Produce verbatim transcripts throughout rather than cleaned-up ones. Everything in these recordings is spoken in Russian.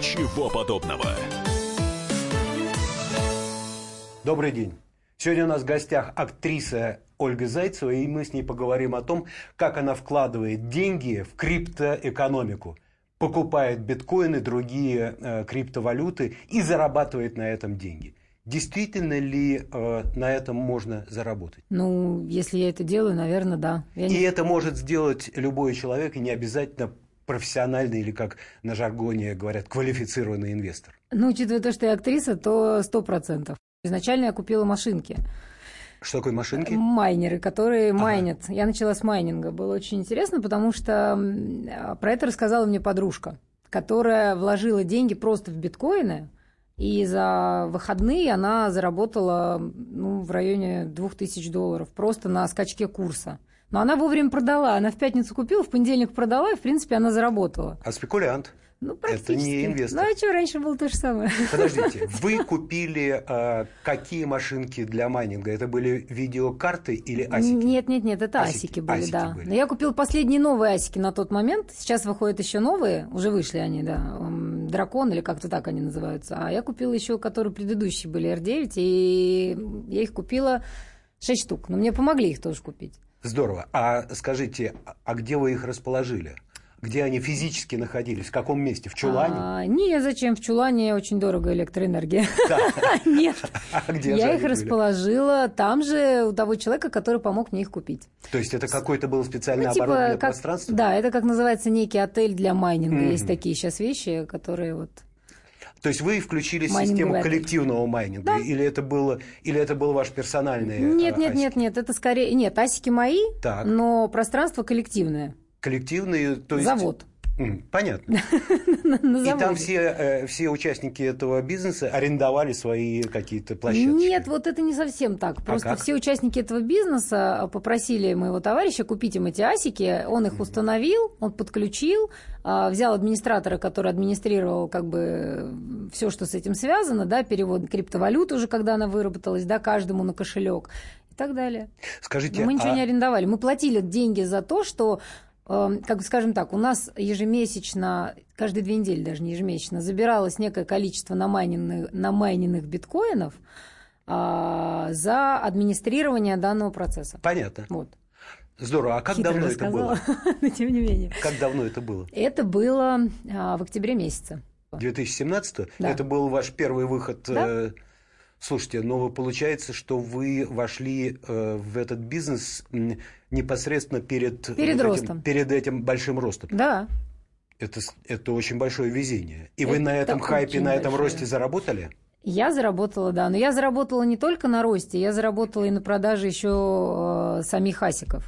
Ничего подобного. Добрый день. Сегодня у нас в гостях актриса Ольга Зайцева, и мы с ней поговорим о том, как она вкладывает деньги в криптоэкономику, покупает биткоины, другие э, криптовалюты и зарабатывает на этом деньги. Действительно ли э, на этом можно заработать? Ну, если я это делаю, наверное, да. Я и не... это может сделать любой человек, и не обязательно профессиональный или, как на жаргоне говорят, квалифицированный инвестор. Ну, учитывая то, что я актриса, то сто процентов. Изначально я купила машинки. Что такое машинки? Майнеры, которые ага. майнят. Я начала с майнинга. Было очень интересно, потому что про это рассказала мне подружка, которая вложила деньги просто в биткоины, и за выходные она заработала ну, в районе двух тысяч долларов просто на скачке курса. Но она вовремя продала. Она в пятницу купила, в понедельник продала, и, в принципе, она заработала. А спекулянт? Ну, это не инвестор. Ну, а что, раньше было то же самое. Подождите, вы купили а, какие машинки для майнинга? Это были видеокарты или асики? Нет, нет, нет, это асики, асики были, асики да. Были. Но я купила последние новые асики на тот момент. Сейчас выходят еще новые, уже вышли они, да. Дракон или как-то так они называются. А я купила еще, которые предыдущие были, эр девять, и я их купила шесть штук. Но мне помогли их тоже купить. Здорово. А скажите, а где вы их расположили? Где они физически находились? В каком месте? В чулане? А, нет, зачем? В чулане очень дорого электроэнергия. Нет. Я их расположила там же у того человека, который помог мне их купить. То есть это какое-то было специальное оборудованное пространство? Да, это как называется некий отель для майнинга. Есть такие сейчас вещи, которые вот... То есть вы включили систему коллективного майнинга? Да. Или это было, или это был ваш персональный Нет, нет, асики? нет, нет, это скорее... Нет, асики мои, так. но пространство коллективное. Коллективные, то есть... Завод. Понятно. И там все, все участники этого бизнеса арендовали свои какие-то площадки? Нет, вот это не совсем так. Просто а все участники этого бизнеса попросили моего товарища купить им эти асики. Он их установил, он подключил, взял администратора, который администрировал как бы все, что с этим связано, да, перевод криптовалюты уже, когда она выработалась, да, каждому на кошелек и так далее. Скажите, Но мы ничего а... не арендовали. Мы платили деньги за то, что... Как бы скажем так, у нас ежемесячно, каждые две недели даже не ежемесячно, забиралось некое количество намайненных, намайненных биткоинов а, за администрирование данного процесса. Понятно. Вот. Здорово. А как Хитро давно рассказала, это было? Но тем не менее. Как давно это было? Это было а, в октябре месяце. две тысячи семнадцатого? Да. Это был ваш первый выход... Да. Э... Слушайте, но получается, что вы вошли э, в этот бизнес непосредственно перед, перед, вот ростом. Этим, перед этим большим ростом. Да. Это, это очень большое везение. И это вы на этом хайпе, на этом большое. росте заработали? Я заработала, да. Но я заработала не только на росте, я заработала и на продаже еще э, самих асиков.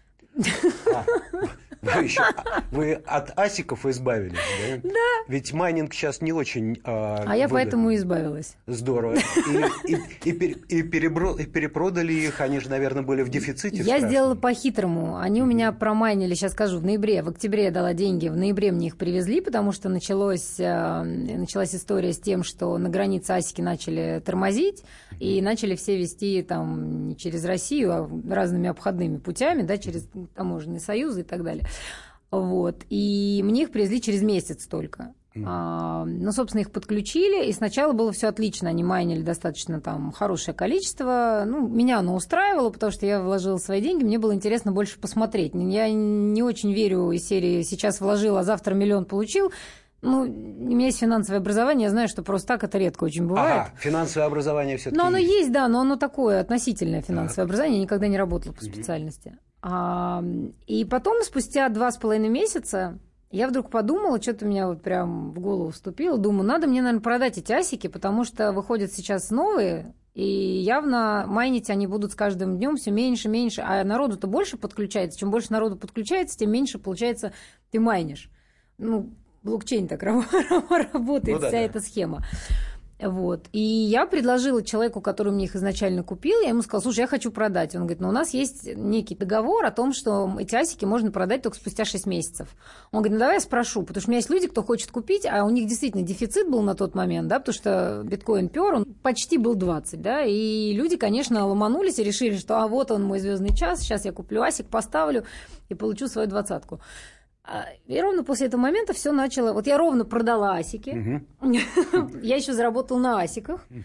А, вы, еще, вы от асиков избавились, да? Да. Ведь майнинг сейчас не очень а, А я поэтому и избавилась. Здорово. И, и, и, и, перебро, и перепродали их, они же, наверное, были в дефиците. Я страшном. сделала по-хитрому. Они mm-hmm. у меня промайнили, сейчас скажу, в ноябре. В октябре я дала деньги, в ноябре мне их привезли, потому что началось, началась история с тем, что на границе асики начали тормозить, mm-hmm. и начали все везти там не через Россию, а разными обходными путями, да, через таможенные союзы и так далее. Вот. И мне их привезли через месяц только. Mm. А, ну, собственно, их подключили, и сначала было все отлично. Они майнили достаточно там хорошее количество. Ну, меня оно устраивало, потому что я вложила свои деньги, мне было интересно больше посмотреть. Я не очень верю из серии «сейчас вложил, а завтра миллион получил». Ну, у меня есть финансовое образование, я знаю, что просто так это редко очень бывает. Ага, финансовое образование все-таки. Ну, оно есть. есть, да, но оно такое относительное финансовое так. образование. Я никогда не работала по специальности. Mm-hmm. А, и потом, спустя два с половиной месяца, я вдруг подумала, что-то у меня вот прям в голову вступило. Думаю, надо мне, наверное, продать эти асики, потому что выходят сейчас новые, и явно майнить они будут с каждым днем все меньше, меньше. А народу-то больше подключается. Чем больше народу подключается, тем меньше, получается, ты майнишь. Ну, блокчейн так работает, ну, да, вся да. эта схема. Вот. И я предложила человеку, который мне их изначально купил, я ему сказала, слушай, я хочу продать. Он говорит, ну у нас есть некий договор о том, что эти асики можно продать только спустя шесть месяцев. Он говорит, ну давай я спрошу, потому что у меня есть люди, кто хочет купить, а у них действительно дефицит был на тот момент, да, потому что биткоин пёр, он почти был двадцать, да, и люди, конечно, ломанулись и решили, что а вот он мой звездный час, сейчас я куплю асик, поставлю и получу свою двадцатку. И ровно после этого момента все начало... Вот я ровно продала асики. Uh-huh. Я еще заработала на асиках. Uh-huh.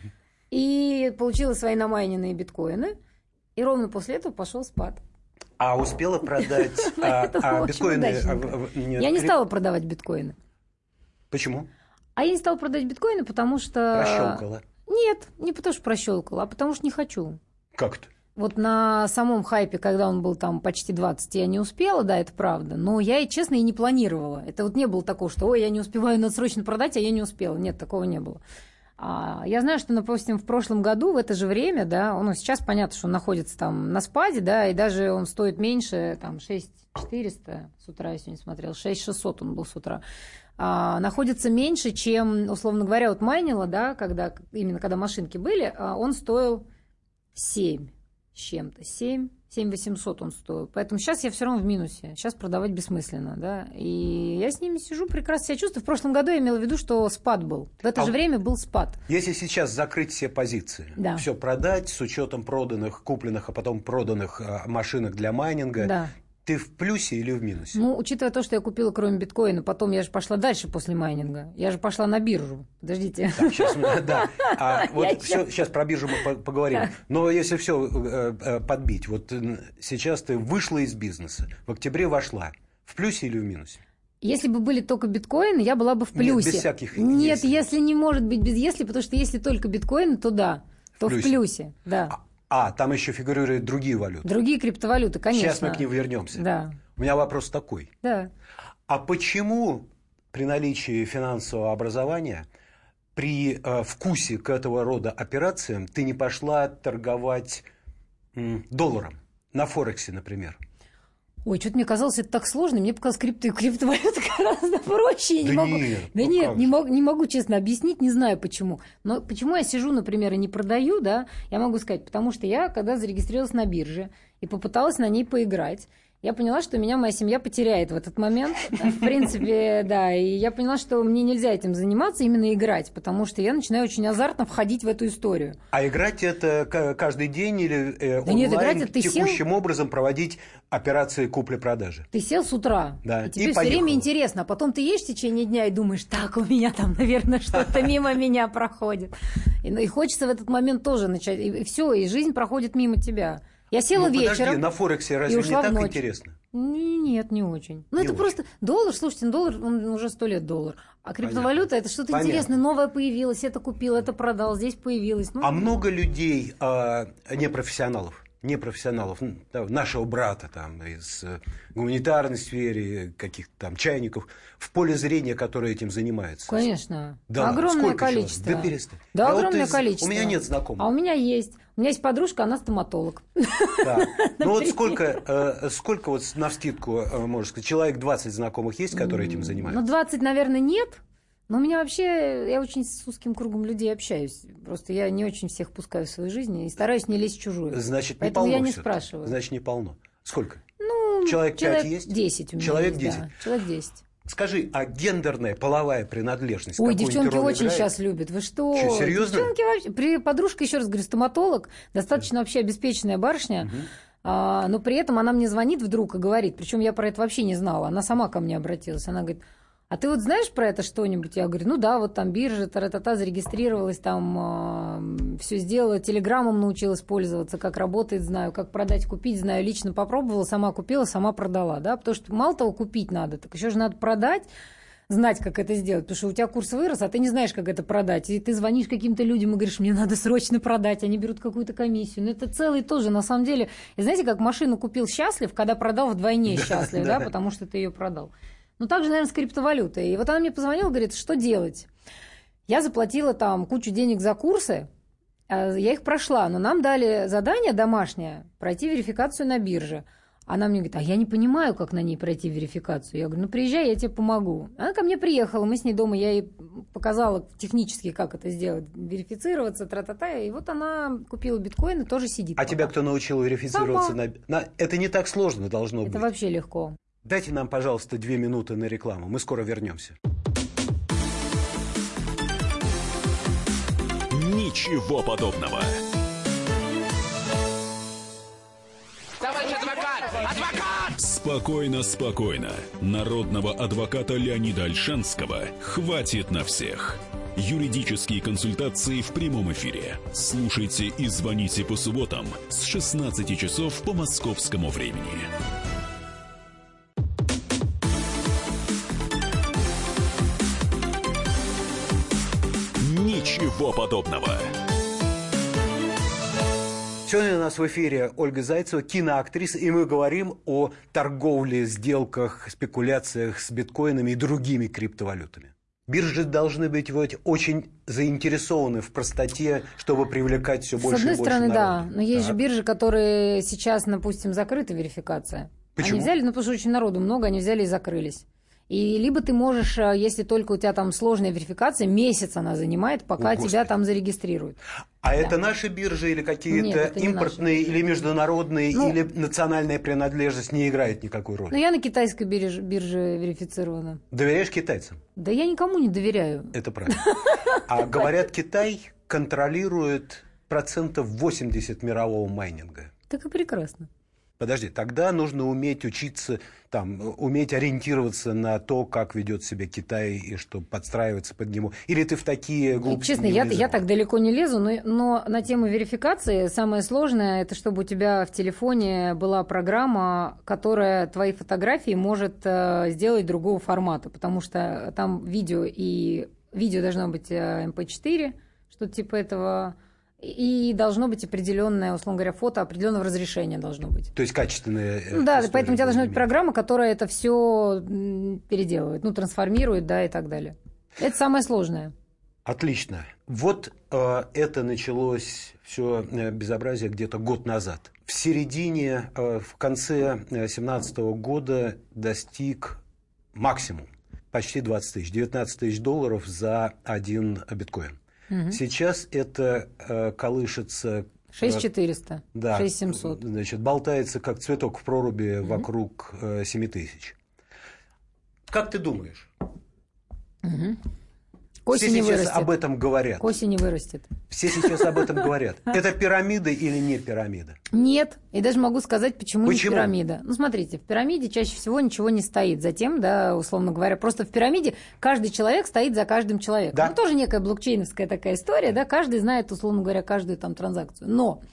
И получила свои намайненные биткоины. И ровно после этого пошел спад. А успела продать биткоины? Я не стала продавать биткоины. Почему? А я не стала продавать биткоины, потому что... Прощелкала? Нет, не потому что прощелкала, а потому что не хочу. Как это? Вот на самом хайпе, когда он был там почти двадцать, я не успела, да, это правда, но я, честно, и не планировала. Это вот не было такого, что, ой, я не успеваю, надо срочно продать, а я не успела. Нет, такого не было. А, я знаю, что, допустим, в прошлом году в это же время, да, он сейчас понятно, что он находится там на спаде, да, и даже он стоит меньше, там, шесть тысяч четыреста с утра, я сегодня смотрела, шесть тысяч шестьсот он был с утра. А, находится меньше, чем, условно говоря, вот майнила, да, когда, именно когда машинки были, он стоил семь. С чем-то. семь, семь тысяч восемьсот он стоил. Поэтому сейчас я все равно в минусе. Сейчас продавать бессмысленно. Да? И я с ними сижу, прекрасно себя чувствую. В прошлом году я имела в виду, что спад был. В это а же время был спад. Если сейчас закрыть все позиции, да. все продать с учетом проданных, купленных, а потом проданных а, машинок для майнинга, да. Ты в плюсе или в минусе? Ну, учитывая то, что я купила кроме биткоина, потом я же пошла дальше после майнинга. Я же пошла на биржу. Подождите. Так, сейчас, да. А вот все, сейчас про биржу мы поговорим. Да. Но если все подбить, вот сейчас ты вышла из бизнеса, в октябре вошла. В плюсе или в минусе? Если бы были только биткоины, я была бы в плюсе. Нет, без всяких Нет, если. если не может быть без если, потому что если только биткоины, то да, то в плюсе. В плюсе, да. А, там еще фигурируют другие валюты. Другие криптовалюты, конечно. Сейчас мы к ним вернемся. Да. У меня вопрос такой. Да. А почему при наличии финансового образования, при э, вкусе к этого рода операциям, ты не пошла торговать м, долларом на Форексе, например? Ой, что-то мне казалось, это так сложно. Мне показалось, крипто, криптовалюта гораздо проще. Я да не могу, нет, да ну нет не, могу, не могу честно объяснить, не знаю почему. Но почему я сижу, например, и не продаю, да, я могу сказать, потому что я, когда зарегистрировалась на бирже и попыталась на ней поиграть, я поняла, что меня моя семья потеряет в этот момент. В принципе, да. И я поняла, что мне нельзя этим заниматься, именно играть, потому что я начинаю очень азартно входить в эту историю. А играть это каждый день или э, да онлайн нет, играть, это ты текущим сел... образом проводить операции купли-продажи? Ты сел с утра, да. и тебе и все время интересно. А потом ты едешь в течение дня и думаешь, так, у меня там, наверное, что-то мимо меня проходит. И хочется в этот момент тоже начать. И все, и жизнь проходит мимо тебя. Я села ну, вечером. Подожди, на Форексе разве не так интересно? Нет, не очень. Ну, не это очень. Просто доллар, слушайте, доллар, он уже сто лет доллар. А криптовалюта Понятно. Это что-то Понятно. Интересное, новое появилось, это купил, это продал, здесь появилось. Ну, а много людей, э, непрофессионалов, непрофессионалов, нашего брата там, из гуманитарной сферы, каких-то там чайников, в поле зрения, которые этим занимаются? Конечно. Да, огромное сколько количество. Человек? Да перестань. Да, а огромное вот из... количество. У меня нет знакомых. А у меня есть. У меня есть подружка, она стоматолог. Да. Ну вот сколько, э, сколько вот навскидку, э, можно сказать, человек двадцать знакомых есть, которые этим занимаются? Ну, двадцать, наверное, нет. Но у меня вообще, я очень с узким кругом людей общаюсь. Просто я не очень всех пускаю в свою жизнь и стараюсь не лезть в чужую. Значит, не Поэтому полно я не всё-таки. спрашиваю. Значит, не полно. Сколько? Ну, человек человек пять есть? десять у меня Человек есть, десять. Да. Человек десять. Скажи, а гендерная, половая принадлежность? Ой, девчонки очень играет? Сейчас любят. Вы что? Что, серьезно? Девчонки вообще... При... Подружка, еще раз говорю, стоматолог, достаточно вообще обеспеченная барышня, угу. а, но при этом она мне звонит вдруг и говорит, причем я про это вообще не знала, она сама ко мне обратилась, она говорит, а ты вот знаешь про это что-нибудь? Я говорю, ну да, вот там биржа, та-та-та, зарегистрировалась, там э, все сделала, телеграммом научилась пользоваться, как работает, знаю, как продать, купить, знаю, лично попробовала, сама купила, сама продала, да, потому что мало того купить надо, так еще же надо продать, знать, как это сделать, потому что у тебя курс вырос, а ты не знаешь, как это продать, и ты звонишь каким-то людям и говоришь, мне надо срочно продать, они берут какую-то комиссию, но это целый тоже, на самом деле, и знаете, как машину купил счастлив, когда продал вдвойне счастлив, да, потому что ты ее продал. Ну, так же, наверное, с криптовалютой. И вот она мне позвонила, говорит, что делать? Я заплатила там кучу денег за курсы, я их прошла, но нам дали задание домашнее пройти верификацию на бирже. Она мне говорит, а я не понимаю, как на ней пройти верификацию. Я говорю, ну, приезжай, я тебе помогу. Она ко мне приехала, мы с ней дома, я ей показала технически, как это сделать, верифицироваться, тра-та-та. И вот она купила биткоин и тоже сидит. А пока. Тебя кто научил верифицироваться? На... На... Это не так сложно должно это быть. Это вообще легко. Дайте нам, пожалуйста, две минуты на рекламу. Мы скоро вернемся. Ничего подобного. Товарищ адвокат! Адвокат! Спокойно, спокойно. Народного адвоката Леонида Ольшанского хватит на всех. Юридические консультации в прямом эфире. Слушайте и звоните по субботам с шестнадцати часов по московскому времени. Ничего подобного. Сегодня у нас в эфире Ольга Зайцева, киноактриса, и мы говорим о торговле, сделках, спекуляциях с биткоинами и другими криптовалютами. Биржи должны быть вот очень заинтересованы в простоте, чтобы привлекать все больше и больше народу. С одной стороны, да, но есть так. же биржи, которые сейчас, допустим, закрыта верификация. Почему? Они взяли, ну потому что очень народу много, они взяли и закрылись. И либо ты можешь, если только у тебя там сложная верификация, месяц она занимает, пока О, тебя там зарегистрируют. А да. это наши биржи или какие-то Нет, импортные или международные, ну, или национальная принадлежность не играет никакой роли? Ну, я на китайской бирже, бирже верифицирована. Доверяешь китайцам? Да я никому не доверяю. Это правда. А говорят, Китай контролирует процентов восемьдесят мирового майнинга. Так и прекрасно. Подожди, тогда нужно уметь учиться, там, уметь ориентироваться на то, как ведет себя Китай, и чтобы подстраиваться под него. Или ты в такие глупости Честно, не я, влезала? я так далеко не лезу, но, но на тему верификации самое сложное, это чтобы у тебя в телефоне была программа, которая твои фотографии может э, сделать другого формата, потому что там видео и видео должно быть эм пэ четыре, что-то типа этого. И должно быть определенное, условно говоря, фото определенного разрешения должно быть. То есть качественное. Ну, да, поэтому у тебя должна быть программа, которая это все переделывает, ну, трансформирует, да, и так далее. Это самое сложное. Отлично. Вот э, это началось все безобразие где-то год назад. В середине, э, в конце две тысячи семнадцатого года достиг максимум. Почти двадцать тысяч, девятнадцать тысяч долларов за один биткоин. Сейчас это э, колышется... шесть тысяч четыреста, да, шесть тысяч семьсот. Значит, болтается, как цветок в проруби, угу. вокруг э, семь тысяч. Как ты думаешь? Угу. К Все сейчас вырастет. Об этом говорят. К осени вырастет. Все сейчас об этом говорят. Это пирамида или не пирамида? Нет. И даже могу сказать, почему, почему? не пирамида. Ну, смотрите, в пирамиде чаще всего ничего не стоит. Затем, да, условно говоря, просто в пирамиде каждый человек стоит за каждым человеком. Да. Ну, тоже некая блокчейновская такая история, да, каждый знает, условно говоря, каждую там транзакцию. Но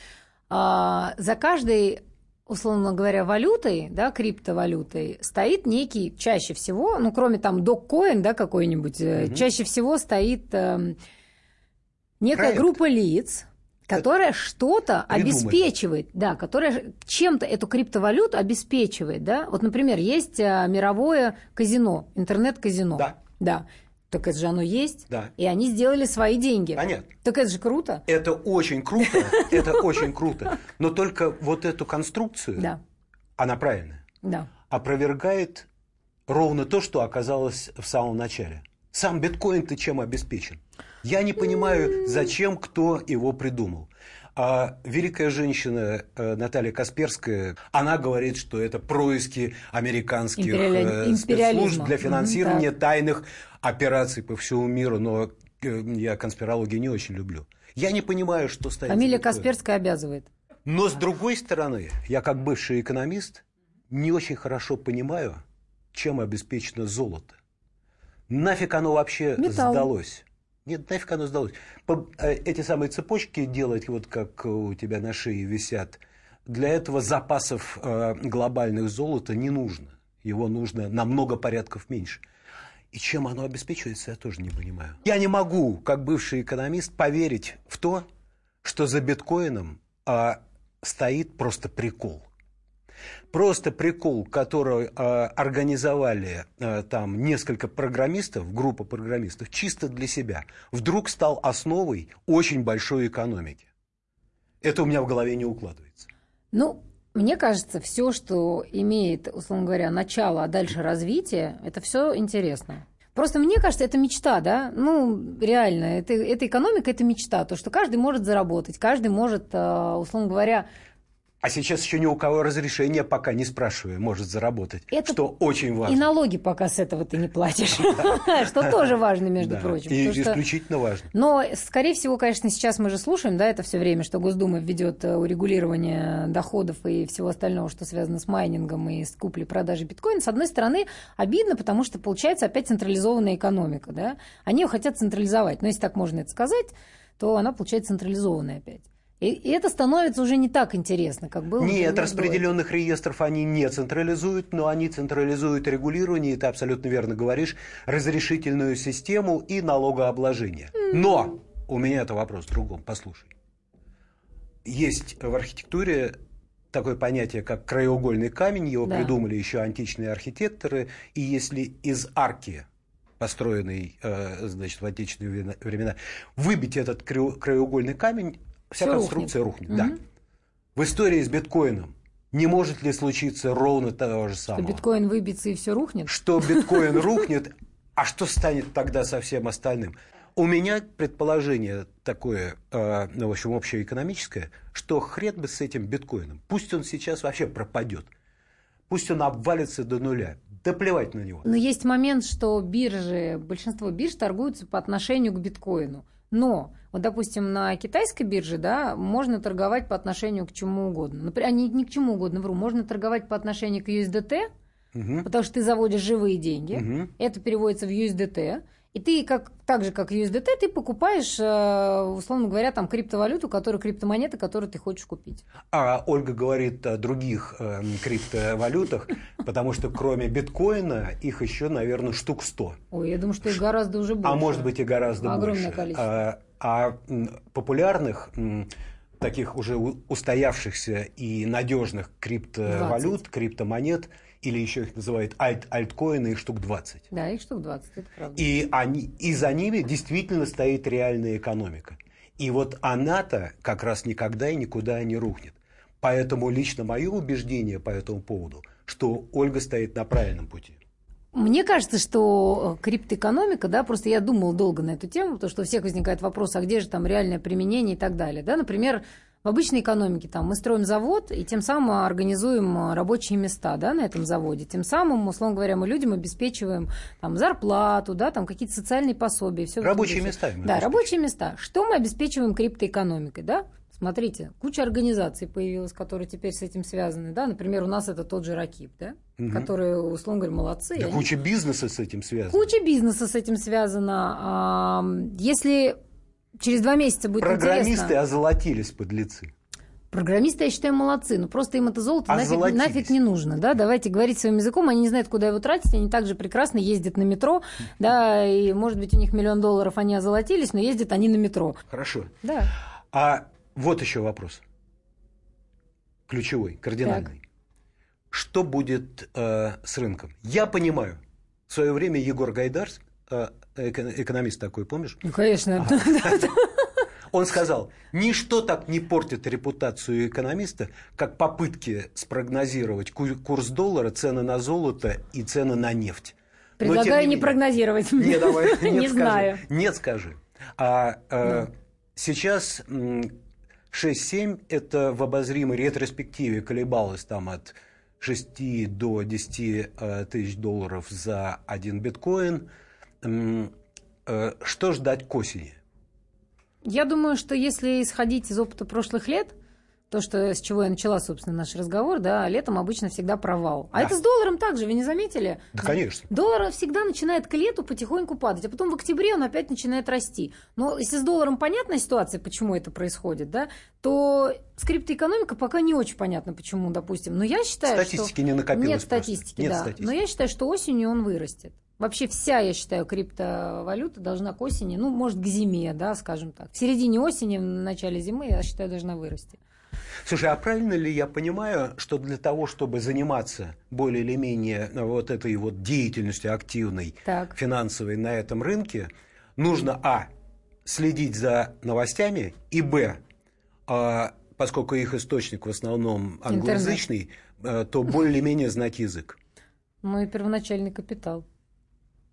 а, за каждой, условно говоря, валютой, да, криптовалютой, стоит некий, чаще всего, ну, кроме там доккоин, да, какой-нибудь, угу. чаще всего стоит э, некая Проект. группа лиц, которая Это что-то придумали. обеспечивает, да, которая чем-то эту криптовалюту обеспечивает, да. Вот, например, есть мировое казино, интернет-казино. Да. Да. Так это же оно есть, да. и они сделали свои деньги. Понятно. Так это же круто. Это очень круто, это очень круто. Но только вот эту конструкцию, да. она правильная, да. опровергает ровно то, что оказалось в самом начале. Сам биткоин-то чем обеспечен? Я не понимаю, зачем, кто его придумал. А великая женщина Наталья Касперская, она говорит, что это происки американских Империали... спецслужб для финансирования mm-hmm, тайных операций по всему миру, но я конспирологию не очень люблю. Я не понимаю, что стоит. Фамилия Касперская обязывает. Но с другой стороны, я как бывший экономист не очень хорошо понимаю, чем обеспечено золото. Нафиг оно вообще Металл. сдалось? Нет, нафиг оно сдалось. Эти самые цепочки делать, вот как у тебя на шее висят, для этого запасов глобальных золота не нужно. Его нужно на много порядков меньше. И чем оно обеспечивается, я тоже не понимаю. Я не могу, как бывший экономист, поверить в то, что за биткоином а, стоит просто прикол. Просто прикол, который а, организовали а, там несколько программистов, группа программистов, чисто для себя, вдруг стал основой очень большой экономики. Это у меня в голове не укладывается. Ну, мне кажется, все, что имеет, условно говоря, начало, а дальше развитие, это все интересно. Просто мне кажется, это мечта, да? Ну, реально, это, это экономика, это мечта. То, что каждый может заработать, каждый может, условно говоря, А сейчас еще ни у кого разрешения, пока не спрашивая, может заработать, это что очень важно. И налоги пока с этого ты не платишь, что тоже важно, между прочим. И исключительно важно. Но, скорее всего, конечно, сейчас мы же слушаем, да, это все время, что Госдума введет урегулирование доходов и всего остального, что связано с майнингом и с куплей-продажей биткоина. С одной стороны, обидно, потому что получается опять централизованная экономика, да. Они ее хотят централизовать, но если так можно это сказать, то она получается централизованная опять. И это становится уже не так интересно, как было. Нет, распределенных реестров они не централизуют, но они централизуют регулирование, и ты абсолютно верно говоришь, разрешительную систему и налогообложение. Mm-hmm. Но у меня это вопрос в другом, послушай. Есть в архитектуре такое понятие, как краеугольный камень, его да. придумали еще античные архитекторы, и если из арки, построенной значит, в античные времена, выбить этот краеугольный камень, вся Все конструкция рухнет. рухнет угу. да. В истории с биткоином не может ли случиться ровно того же самого? Что биткоин выбьется и все рухнет? Что биткоин рухнет, а что станет тогда со всем остальным? У меня предположение такое, ну, в общем, общеэкономическое, что хрен бы с этим биткоином. Пусть он сейчас вообще пропадет. Пусть он обвалится до нуля. Да плевать на него. Но есть момент, что биржи, большинство бирж торгуются по отношению к биткоину. Но, вот, допустим, на китайской бирже, да, можно торговать по отношению к чему угодно. Например, не, не к чему угодно, вру. Можно торговать по отношению к ю эс ди ти, угу. потому что ты заводишь живые деньги. Угу. Это переводится в ю эс ди ти. И ты, как, так же, как ю эс ди ти, ты покупаешь, условно говоря, там, криптовалюту, которую, криптомонеты, которые ты хочешь купить. А Ольга говорит о других э, криптовалютах, потому что кроме биткоина их еще, наверное, штук сто. Ой, я думаю, что их гораздо уже больше. А может быть и гораздо Огромное больше. количество. А, а популярных, таких уже устоявшихся и надежных криптовалют, двадцать криптомонет, или еще их называют альт, альткоины, их штук двадцать. Да, их штук двадцать, это правда. И, они, и за ними действительно стоит реальная экономика. И вот она-то как раз никогда и никуда не рухнет. Поэтому лично мое убеждение по этому поводу, что Ольга стоит на правильном пути. Мне кажется, что криптоэкономика, да, просто я думала долго на эту тему, потому что у всех возникает вопрос, а где же там реальное применение и так далее. Да? Например, в обычной экономике там, мы строим завод и тем самым организуем рабочие места, да, на этом заводе. Тем самым, условно говоря, мы людям обеспечиваем там, зарплату, да, там, какие-то социальные пособия. Все рабочие это места. Да, рабочие места. Что мы обеспечиваем криптоэкономикой? Да? Смотрите, куча организаций появилась, которые теперь с этим связаны. Да? Например, у нас это тот же Ракип, да? Угу. Которые, условно говоря, молодцы. Да, они... Куча бизнеса с этим связана. Куча бизнеса с этим связана. Если через два месяца будет Программисты интересно... озолотились, подлецы. Программисты, я считаю, молодцы. Но просто им это золото нафиг, нафиг не нужно. Да? Давайте говорить своим языком. Они не знают, куда его тратить. Они также прекрасно ездят на метро. Да, и, может быть, у них миллион долларов, они озолотились, но ездят они на метро. Хорошо. Да. А вот еще вопрос. Ключевой, кардинальный. Так. Что будет э, с рынком? Я понимаю. В свое время Егор Гайдар, э, экономист такой, помнишь? Ну, конечно. Ага. Он сказал, ничто так не портит репутацию экономиста, как попытки спрогнозировать курс доллара, цены на золото и цены на нефть. Предлагаю не, не прогнозировать. Не, давай, нет, не скажи. знаю. Нет, скажи. А, э, сейчас шесть-семь это в обозримой ретроспективе колебалось там от шести до десяти тысяч долларов за один биткоин. Что ждать к осени? Я думаю, что если исходить из опыта прошлых лет, то, что, с чего я начала, собственно, наш разговор, да, летом обычно всегда провал. А да. это с долларом также, вы не заметили? Да, конечно. Доллар всегда начинает к лету потихоньку падать, а потом в октябре он опять начинает расти. Но если с долларом понятна ситуация, почему это происходит, да, то с криптоэкономикой пока не очень понятно, почему, допустим. Но я считаю, статистики что... не накопилось. Нет статистики, Нет да. статистики. Но я считаю, что осенью он вырастет. Вообще вся, я считаю, криптовалюта должна к осени, ну, может, к зиме, да, скажем так. В середине осени, в начале зимы, я считаю, должна вырасти. Слушай, а правильно ли я понимаю, что для того, чтобы заниматься более или менее вот этой вот деятельностью активной, так. финансовой на этом рынке, нужно, а, следить за новостями, и, б, а, поскольку их источник в основном англоязычный, Интернет. то более-менее знать язык? Ну и первоначальный капитал.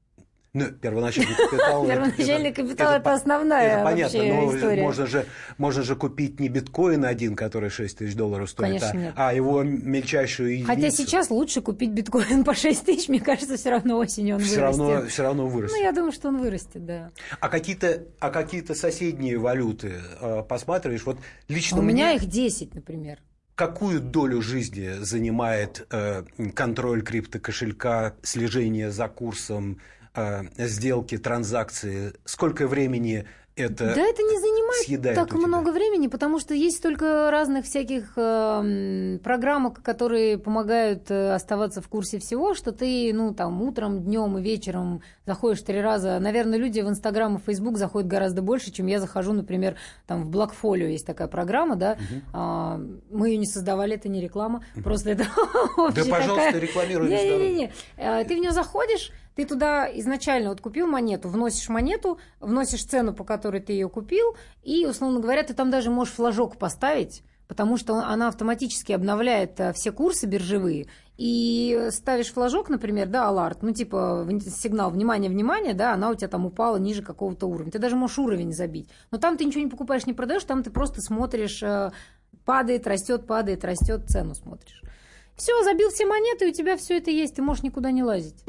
Ну, первоначальный капитал... Первоначальный капитал – это основная понятно, но история. Можно же, можно же купить не биткоин один, который шесть тысяч долларов стоит, Конечно, а, нет. а его мельчайшую единицу. Хотя сейчас лучше купить биткоин по шесть тысяч, мне кажется, все равно осенью он все вырастет. Равно, все равно вырастет. Ну, я думаю, что он вырастет, да. А какие-то, а какие-то соседние валюты э, посматриваешь? Вот лично У мне... меня их десять, например. Какую долю жизни занимает э, контроль криптокошелька, слежение за курсом, э, сделки, транзакции? Сколько времени это Да это не занимает съедает так у тебя? много времени, потому что есть столько разных всяких э, программок, которые помогают э, оставаться в курсе всего, что ты, ну, там, утром, днем и вечером заходишь три раза. Наверное, люди в Инстаграм и Фейсбук заходят гораздо больше, чем я захожу, например, там, в Blockfolio есть такая программа, да, Угу. а, мы ее не создавали, это не реклама, Угу. просто это Да, пожалуйста, рекламируй. Не-не-не, ты в нее заходишь, ты туда изначально вот купил монету, вносишь монету, вносишь цену, по которой ты ее купил, и, условно говоря, ты там даже можешь флажок поставить, потому что она автоматически обновляет все курсы биржевые, и ставишь флажок, например, да, аларт, ну, типа, сигнал «внимание, внимание», да, она у тебя там упала ниже какого-то уровня. Ты даже можешь уровень забить. Но там ты ничего не покупаешь, не продаешь, там ты просто смотришь, падает, растет, падает, растет, цену смотришь. Все, забил все монеты, и у тебя все это есть, ты можешь никуда не лазить.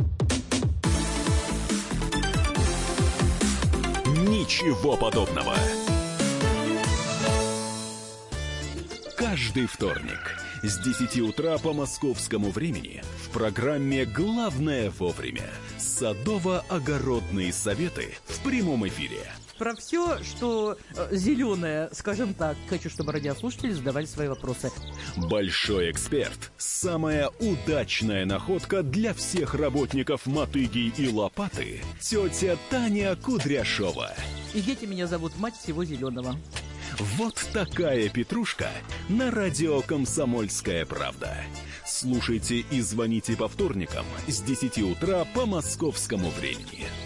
Ничего подобного. Каждый вторник с десяти утра по московскому времени в программе «Главное вовремя» садово-огородные советы в прямом эфире. Про все, что э, зеленое, скажем так. Хочу, чтобы радиослушатели задавали свои вопросы. Большой эксперт. Самая удачная находка для всех работников мотыги и лопаты. Тетя Таня Кудряшова. И дети меня зовут мать всего зеленого. Вот такая петрушка на радио «Комсомольская правда». Слушайте и звоните по вторникам с десяти утра по московскому времени.